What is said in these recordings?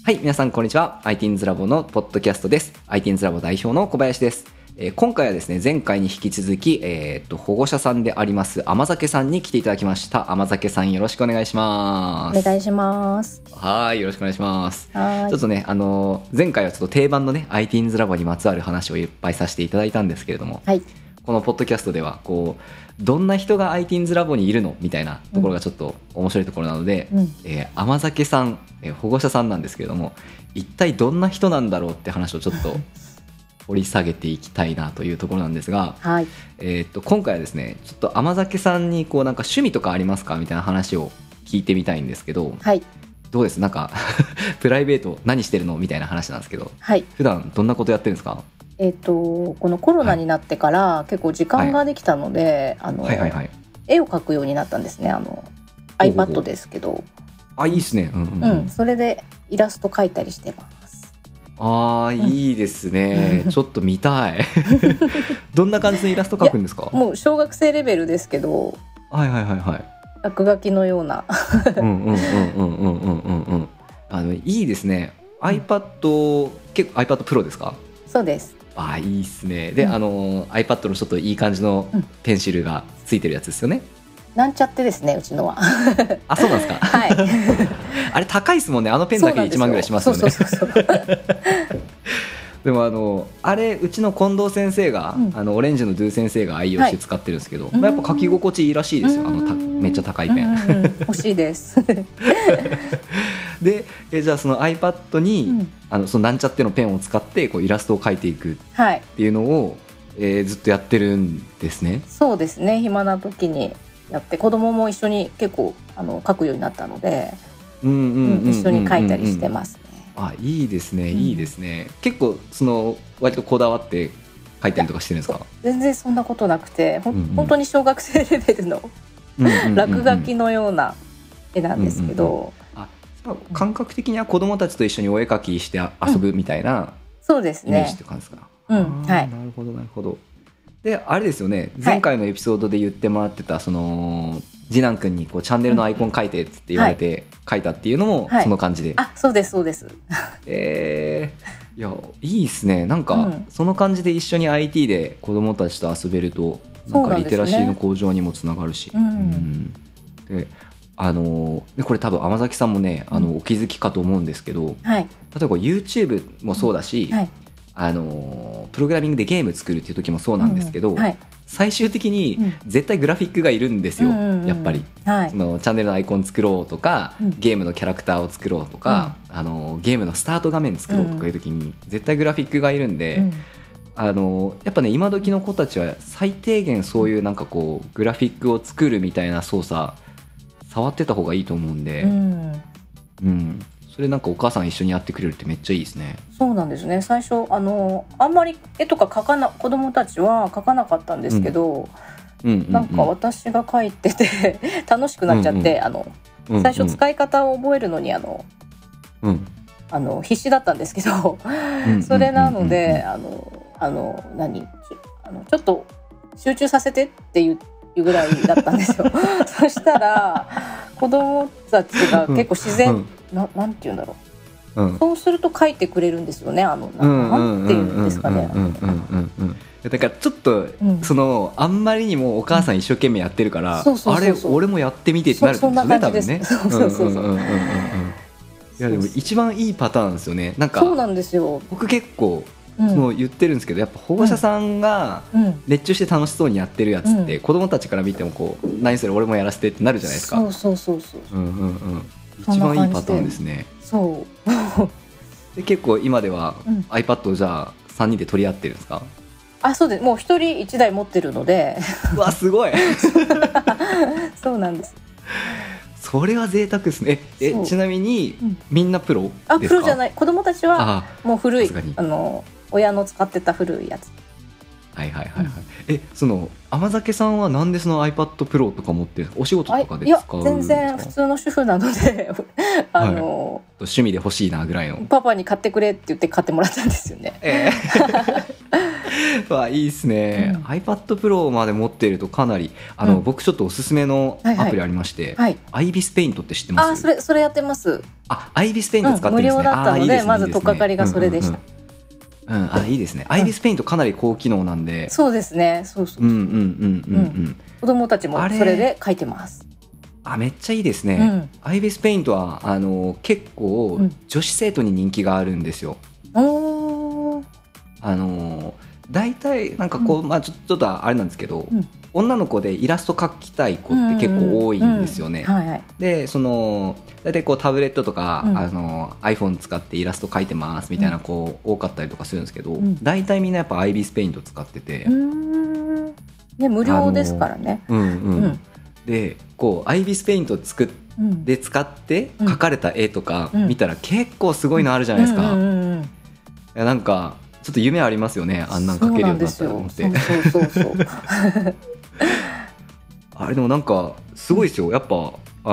はい、皆さんこんにちは。ITINS ラボのポッドキャストです。ITINS ラボ代表の小林です。今回はですね、前回に引き続き、保護者さんであります甘酒さんに来ていただきました。甘酒さん、よろしくお願いします。 お願いします。 はい、よろしくお願いします。 はい。 ちょっとね、前回はちょっと定番のね ITINS ラボにまつわる話をいっぱいさせていただいたんですけれども、 はい。 このポッドキャストではこうどんな人が ITINS ラボにいるのみたいなところがちょっと面白いところなので、甘酒さん、保護者さんなんですけれども、一体どんな人なんだろうって話をちょっと掘り下げていきたいなというところなんですが、 はい。 今回はですね、ちょっと甘酒さんにこうなんか趣味とかありますかみたいな話を聞いてみたいんですけど、 はい。 どうですなんかプライベート何してるのみたいな話なんですけど、 はい。 普段どんなことやってるんですか？ このコロナになってから結構時間ができたので、 はいはいはい。 絵を描くようになったんですね。iPad ですけど。 あ、いいですね。 それでイラスト描いたりしてます。 あー、いいですね。ちょっと見たい。どんな感じでイラスト描くんですか？ もう小学生レベルですけど、 はいはいはいはい。 落書きのような。 いいですね。iPad 結構 iPad Pro ですか？ そうです。 あ、いいですね。で、iPad のちょっといい感じのペンシルがついてるやつですよね。 なんちゃってですね、うちのは。 あ、そうなんですか。 はい。 あれ高いですもんね。あのペンだけで1万ぐらいしますよね。 そうでもあれうちの近藤先生が、オレンジのドゥ先生が愛用して使ってるんですけど、やっぱ書き心地いいらしいですよ。めっちゃ高いペン。 欲しいです。 でじゃあその iPad に、そのなんちゃってのペンを使ってこうイラストを描いていくっていうのを、ずっとやってるんですね。 そうですね。暇な時にやって、子供も一緒に結構描くようになったので、一緒に描いたりしてますね。 あ、いいですね、いいですね。結構その割とこだわって描いたりとかしてるんですか？ 全然そんなことなくて、本当に小学生レベルの落書きのような絵なんですけど、 感覚的には子どもたちと一緒にお絵描きして遊ぶみたいなそうですね。 イメージって感じですか？ はい。 なるほどなるほど。であれですよね、前回のエピソードで言ってもらってたその次男くんにこうチャンネルのアイコン書いてって言われて書いたっていうのもその感じで、 あ、そうですそうです。 いやいいですね。なんか、その感じで一緒に IT で子どもたちと遊べるとなんかリテラシーの向上にもつながるし、でこれ多分甘崎さんもねお気づきかと思うんですけど、例えば YouTube もそうだし、プログラミングでゲーム作るっていう時もそうなんですけど、最終的に絶対グラフィックがいるんですよ、やっぱり、そのチャンネルのアイコン作ろうとか、ゲームのキャラクターを作ろうとか、ゲームのスタート画面作ろうとかいう時に絶対グラフィックがいるんで、やっぱね今時の子たちは最低限そういうなんかこうグラフィックを作るみたいな操作触ってた方がいいと思うんで、それなんかお母さん一緒にやってくれるってめっちゃいいですね。 そうなんですね。最初あんまり絵とか子供たちは描かなかったんですけど、なんか私が描いてて楽しくなっちゃって、最初使い方を覚えるのに必死だったんですけど、それなのでちょっと集中させてっていうぐらいだったんですよ。そしたら子供たちが結構自然、なんていうんだろう、そうすると書いてくれるんですよね。なんていうんですかね。 だからちょっと、そのあんまりにもお母さん一生懸命やってるから、あれ俺もやってみてってなるんですよね、多分ね。いやでも一番いいパターンですよね。なんかそうなんですよ。僕結構その言ってるんですけど、やっぱ保護者さんが熱中して楽しそうにやってるやつって、子供たちから見てもこう何それ俺もやらせてってなるじゃないですか。そう一番いいパターンですね。そうで結構今では iPad をじゃあ3人で取り合ってるんですか？ あ、そうです。もう一人一台持ってるので。 うわすごい。 そうなんです。 それは贅沢ですね。ちなみに、みんなプロですか？ プロじゃない。子供たちはもう古い親の使ってた古いやつ。 その甘酒さんはなんでその iPad Pro とか持ってる？お仕事とかで使うんですか？いや全然普通の主婦なので趣味で欲しいなぐらいの。 パパに買ってくれって言って買ってもらったんですよね。 いいですね、iPad Pro まで持っているとかなり僕ちょっとおすすめのアプリありまして、アイビスペイントって知ってます？ それやってます。 アイビスペイント使ってるんですね。 無料だったのでまず取っかかりがそれでした。 いいですね。アイビスペイントかなり高機能なんで。 そうですね。子供たちもそれで書いてます。 めっちゃいいですね。アイビスペイントは結構女子生徒に人気があるんですよ。大体なんかこう、ちょっとあれなんですけど、女の子でイラスト描きたい子って結構多いんですよね。で大体こうタブレットとか、iPhone 使ってイラスト描いてますみたいな子多かったりとかするんですけど、大体みんなやっぱアイビスペイント使ってて、 無料ですからね。 でこうアイビスペイント使って描かれた絵とか見たら結構すごいのあるじゃないですか。いやなんかちょっと夢ありますよね、あんなん描けるようになったら思って。あれでもなんかすごいですよ、やっぱ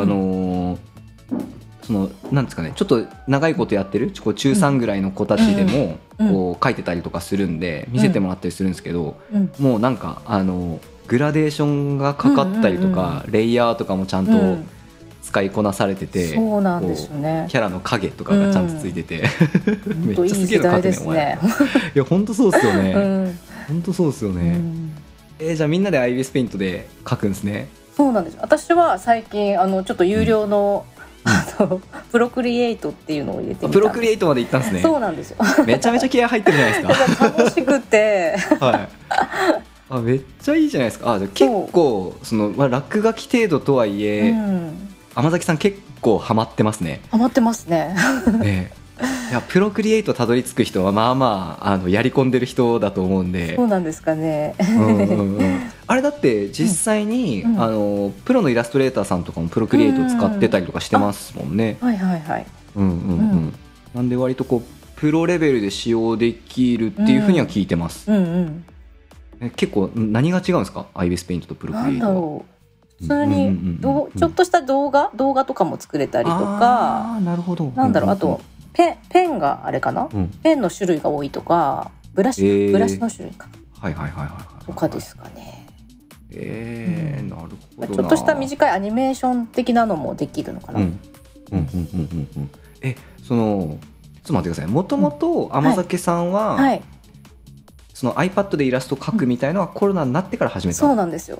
なんですかね、ちょっと長いことやってる中3ぐらいの子たちでもこう描いてたりとかするんで見せてもらったりするんですけど、もうなんかグラデーションがかかったりとか、レイヤーとかもちゃんと使いこなされてて、 そうなんですよね。 キャラの影とかがちゃんとついてて、めっちゃすげえの描いてるね。いや本当そうですよね。本当そうですよね。じゃあみんなでアイビスペイントで描くんですね。 そうなんです。私は最近ちょっと有料のプロクリエイトっていうのを入れてみた。 プロクリエイトまで行ったんですね。 そうなんですよ。 めちゃめちゃ気合入ってるじゃないですか。 楽しくてめっちゃいいじゃないですか。じゃ結構落書き程度とはいえ、天崎さん結構ハマってますね。 ハマってますね。 いやプロクリエイトたどり着く人はまあまあやり込んでる人だと思うんで。 そうなんですかね。 あれだって実際に、プロのイラストレーターさんとかもプロクリエイト使ってたりとかしてますもんね。なんで割とこうプロレベルで使用できるっていうふうには聞いてます。結構何が違うんですか、アイビスペイントとプロクリエイトは。 普通にちょっとした動画とかも作れたりとか、なんだろう、あとペンがあれかな、ペンの種類が多いとか、ブラシの種類かとかですかね。 なるほどな。 ちょっとした短いアニメーション的なのもできるのかな。ちょっと待ってください。もともと天酒さんは、その iPad でイラスト描くみたいなのはコロナになってから始めた。 そうなんですよ。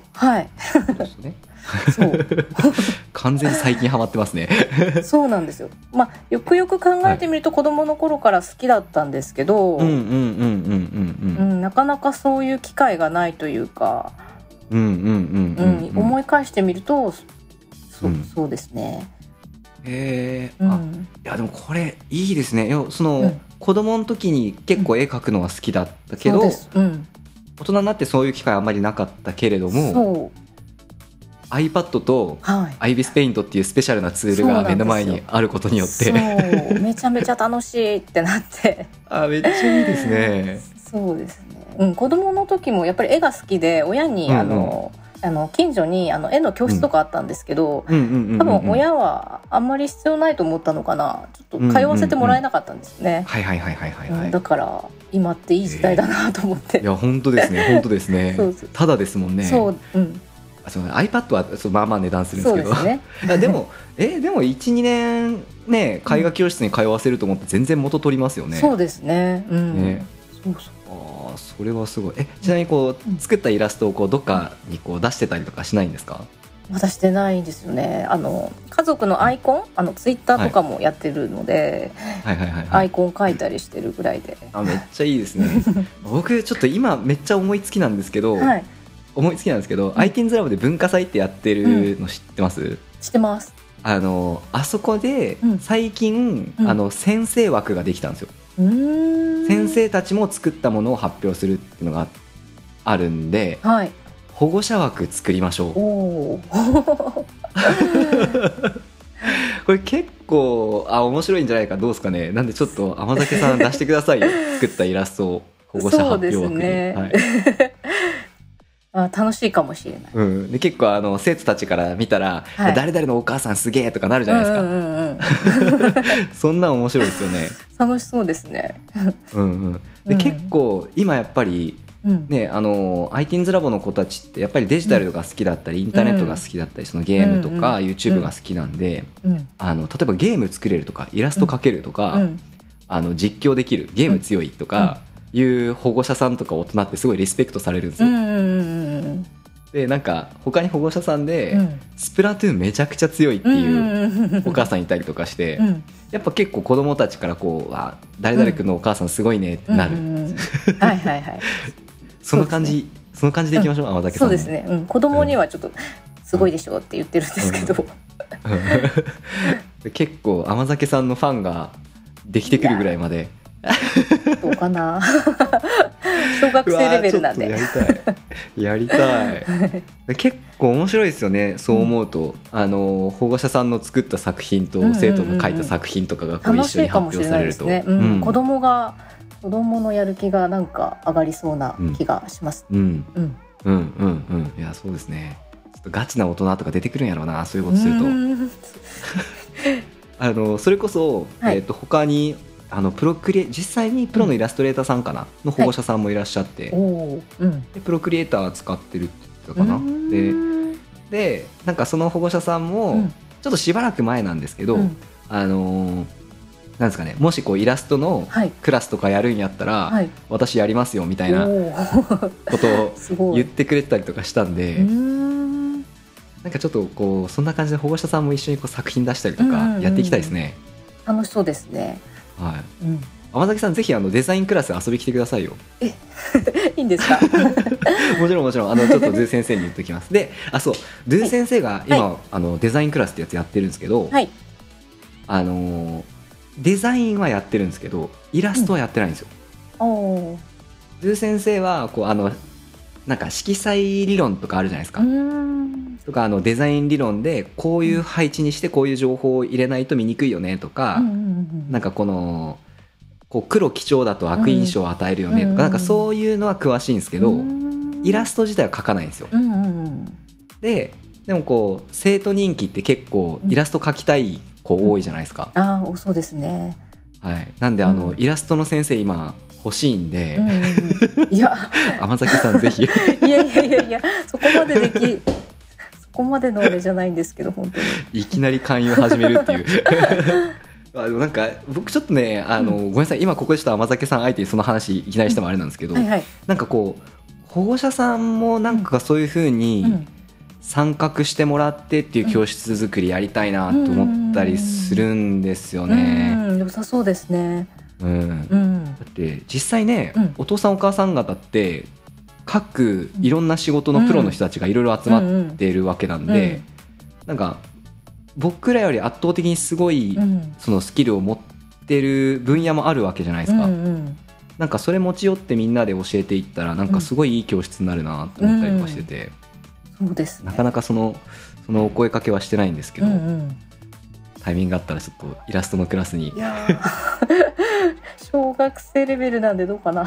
完全に最近ハマってますね。 そうなんですよ。よくよく考えてみると子供の頃から好きだったんですけど、なかなかそういう機会がないというか、思い返してみるとそうですね。 いやでもこれいいですね。子供の時に結構絵描くのは好きだったけど、大人になってそういう機会あんまりなかったけれども、iPad とアイビスペイントっていうスペシャルなツールが目の前にあることによってめちゃめちゃ楽しいってなってめっちゃいいですね。 そうですね。子供の時もやっぱり絵が好きで、親に近所に絵の教室とかあったんですけど、多分親はあんまり必要ないと思ったのかな、ちょっと通わせてもらえなかったんですね。だから今っていい時代だなと思って。 いや本当ですね、本当ですね。ただですもんね。iPad はまあまあ値段するんですけど、でも1,2 年ね絵画教室に通わせると思って全然元取りますよね。 そうですね。 それはすごい。ちなみにこう作ったイラストをこうどっかにこう出してたりとかしないんですか？ まだしてないんですよね。家族のアイコン、ツイッターとかもやってるので、アイコン描いたりしてるぐらいで。 めっちゃいいですね。僕ちょっと今めっちゃ思いつきなんですけど、iTeens ラボで文化祭ってやってるの知ってます？ 知ってます。 あそこで最近、先生枠ができたんですよ。先生たちも作ったものを発表するっていうのがあるんで、保護者枠作りましょう。これ結構面白いんじゃないか。どうですかね。なんでちょっと天酒さん出してくださいよ。作ったイラストを保護者発表枠に。 楽しいかもしれない。 で結構生徒たちから見たら、誰々のお母さんすげえとかなるじゃないですか。そんな面白いですよね。 楽しそうですね。 で結構今やっぱりね、ITINS ラボの子たちってやっぱりデジタルが好きだったり、インターネットが好きだったり、そのゲームとか YouTube が好きなんで、例えばゲーム作れるとかイラスト描けるとか、実況できる、ゲーム強いとかいう保護者さんとか大人ってすごいリスペクトされるんですよ。でなんか他に保護者さんで、スプラトゥーンめちゃくちゃ強いっていうお母さんいたりとかして、やっぱ結構子供たちからこう誰々君のお母さんすごいねってなる。 はいはいはい。 その感じでいきましょう、甘酒さん。 そうですね、子供にはちょっとすごいでしょって言ってるんですけど、 結構甘酒さんのファンができてくるぐらいまで。 どうかな小学生レベルなんでやりたい結構面白いですよね、そう思うと、保護者さんの作った作品と生徒の書いた作品とかがこう一緒に発表されると、 子供のやる気がなんか上がりそうな気がします。 いやそうですね、ちょっとガチな大人とか出てくるんやろうな、そういうことするとそれこそ、他に実際にプロのイラストレーターさんかなの保護者さんもいらっしゃって、でプロクリエイター使ってるって言ったかな。でなんかその保護者さんもちょっとしばらく前なんですけど、なんですかね、もしこうイラストのクラスとかやるんやったら、私やりますよみたいなことを言ってくれたりとかしたんで、なんかちょっとこうそんな感じで保護者さんも一緒にこう作品出したりとかやっていきたいですね。 楽しそうですね。 甘崎さんぜひデザインクラス遊び来てくださいよ。 いいんですか？ もちろんちょっとドゥ先生に言っておきます。でそうドゥ先生が今、デザインクラスってやつやってるんですけど、デザインはやってるんですけどイラストはやってないんですよ。ドゥ先生はこうなんか色彩理論とかあるじゃないですか。とかデザイン理論でこういう配置にしてこういう情報を入れないと見にくいよねとか、なんかこう黒基調だと悪印象を与えるよねとか、なんかそういうのは詳しいんですけど、イラスト自体は描かないんですよ。でもこう生徒人気って結構イラスト描きたい子多いじゃないですか。 そうですね。 なんでイラストの先生今欲しいんで、 いや甘崎さんぜひ。 いやそこまでのあれじゃないんですけど、本当にいきなり勧誘始めるっていうなんか僕ちょっとねごめんなさい、今ここでちょっと甘酒さん相手にその話いきなりしてもあれなんですけど、なんかこう保護者さんもなんかそういう風に参画してもらってっていう教室作りやりたいなと思ったりするんですよね。 良さそうですね。 だって実際ね、お父さんお母さん方って各いろんな仕事のプロの人たちがいろいろ集まっているわけなんで、なんか僕らより圧倒的にすごいそのスキルを持ってる分野もあるわけじゃないですか。なんかそれ持ち寄ってみんなで教えていったらなんかすごいいい教室になるなと思ったりとかしてて、 そうですね、 なかなかそのお声かけはしてないんですけど、タイミングがあったらちょっとイラストのクラスに。いや小学生レベルなんでどうかな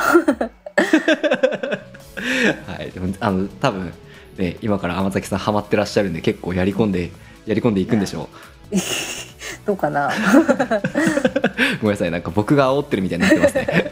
でも多分ね今から甘崎さんハマってらっしゃるんで結構やり込んでいくんでしょう。 どうかなごめんなさい、なんか僕が煽ってるみたいになってますね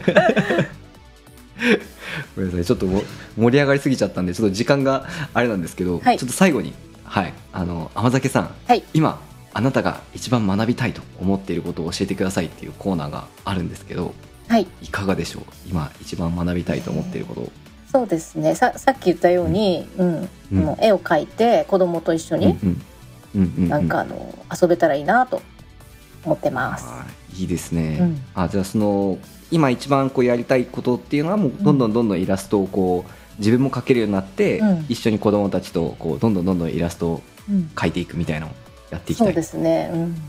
ごめんなさい、ちょっと盛り上がりすぎちゃったんでちょっと時間があれなんですけど、ちょっと最後に甘酒さん、今あなたが一番学びたいと思っていることを教えてくださいっていうコーナーがあるんですけど、いかがでしょう、今一番学びたいと思っていることを。 そうですね、さっき言ったように、絵を描いて子供と一緒になんか遊べたらいいなと思ってます。 いいですね。じゃあその今一番こうやりたいことっていうのはもうどんどんイラストをこう自分も描けるようになって、一緒に子供たちとこうどんどんイラストを描いていくみたいなのをやっていきたい。 そうですね。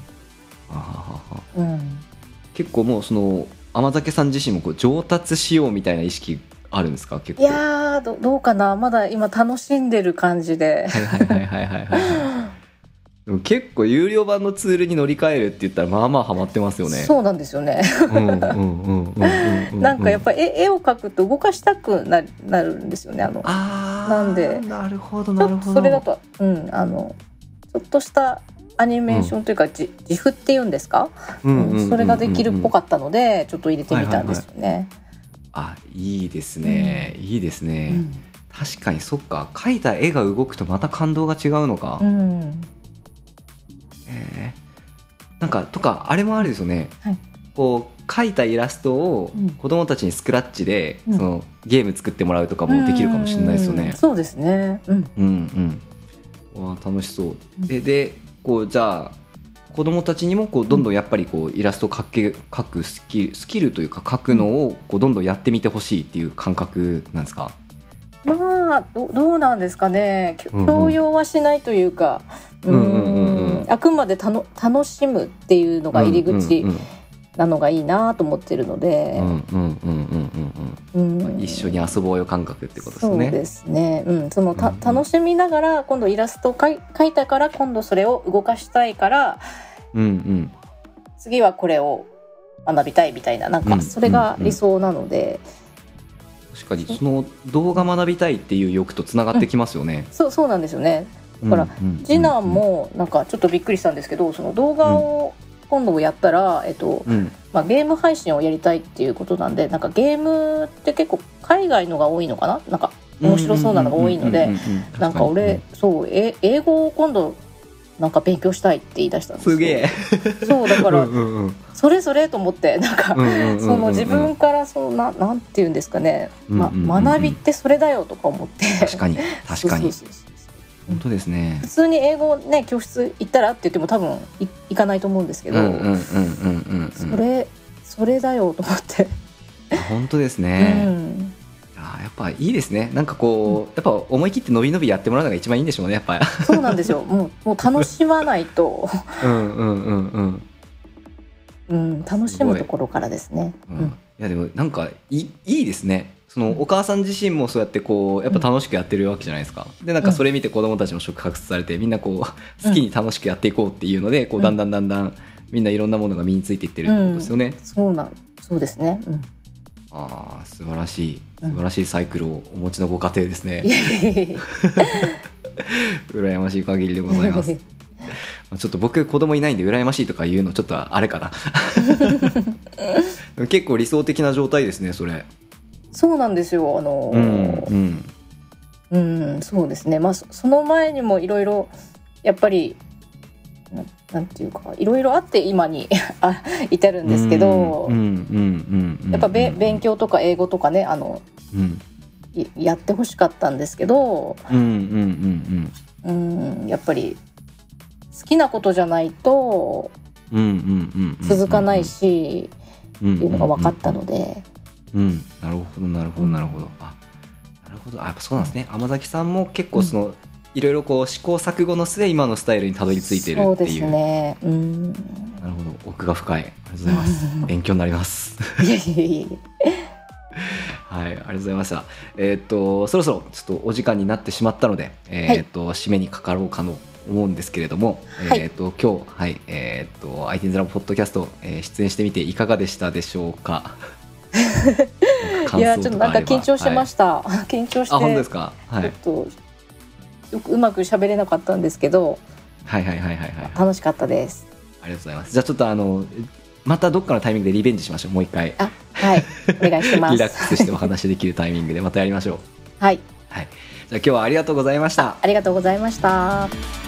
結構もうその甘酒さん自身もこう上達しようみたいな意識あるんですか？結構。 いやー、どうかな、まだ今楽しんでる感じで。 でも結構有料版のツールに乗り換えるって言ったらまあまあハマってますよね。 そうなんですよね。なんかやっぱり絵を描くと動かしたくなるんですよね。なんでなるほどなるほど。 それだとちょっとしたアニメーションというか、自負っていうんですか、それができるっぽかったのでちょっと入れてみたんですよね。 いいですね、いいですね、確かにそっか、描いた絵が動くとまた感動が違うのか、なんかとかあれもあるですよね、こう描いたイラストを子どもたちにスクラッチで、そのゲーム作ってもらうとかもできるかもしれないですよね。 そうですね。 楽しそう。でこうじゃあ子どもたちにもこうどんどんやっぱりこうイラスト描くスキルというか描くのをこうどんどんやってみてほしいっていう感覚なんですか？ どうなんですかね。強要はしないというか、あくまで楽しむっていうのが入り口なのがいいなと思ってるので、 一緒に遊ぼうよ感覚ってことですね。 そうですね、楽しみながら今度イラストを描いたから今度それを動かしたいから、次はこれを学びたいみたいな、なんかそれが理想なので、 確かにその動画学びたいっていう欲とつながってきますよね。 そうなんですよね。だから次男もなんかちょっとびっくりしたんですけど、その動画を今度やったら、ゲーム配信をやりたいっていうことなんで、なんかゲームって結構海外のが多いのかな、なんか面白そうなのが多いので、なんか俺英語を今度なんか勉強したいって言い出したんですよ。 すげえ。 そうだからそれと思って、なんかその自分からなんていうんですかね、学びってそれだよとか思って。 確かに本当ですね。 普通に英語ね教室行ったらって言っても多分行かないと思うんですけど、それだよと思って。 本当ですね。やっぱいいですね。なんかこうやっぱ思い切って伸び伸びやってもらうのが一番いいんでしょうね、やっぱり。 そうなんですよ。もう楽しまないと。楽しむところからですね。 いやでもなんかいいですね。そのお母さん自身もそうやってこうやっぱ楽しくやってるわけじゃないですか。でなんかそれ見て子どもたちも触発されて、みんなこう好きに楽しくやっていこうっていうので、こうだんだんみんないろんなものが身についていってるってことですよね。 そうですね。 素晴らしいサイクルをお持ちのご家庭ですね。羨ましい限りでございます。ちょっと僕子供いないんで羨ましいとか言うのちょっとあれかな。結構理想的な状態ですね、それ。 そうなんですよ。そうですね。その前にもいろいろやっぱりなんていうかいろいろあって今に至るんですけど、やっぱ勉強とか英語とかねやってほしかったんですけど、やっぱり好きなことじゃないと続かないしっていうのが分かったので。 なるほど。やっぱそうなんですね。天崎さんも結構その、いろいろこう試行錯誤の末今のスタイルにたどり着いてるっていう。そうですね。 なるほど、奥が深い。ありがとうございます。勉強になります。はい、ありがとうございました。そろそろちょっとお時間になってしまったので、締めにかかろうかと思うんですけれども、今日IT ラボポッドキャスト、出演してみていかがでしたでしょうか。 いやちょっとなんか緊張しました。緊張して。 本当ですか。 ちょっとよくうまく喋れなかったんですけど、楽しかったです。 ありがとうございます。じゃあちょっとまたどっかのタイミングでリベンジしましょう。もう一回。 お願いします。 リラックスしてお話できるタイミングでまたやりましょう。 はい。 じゃあ今日はありがとうございました。 ありがとうございました。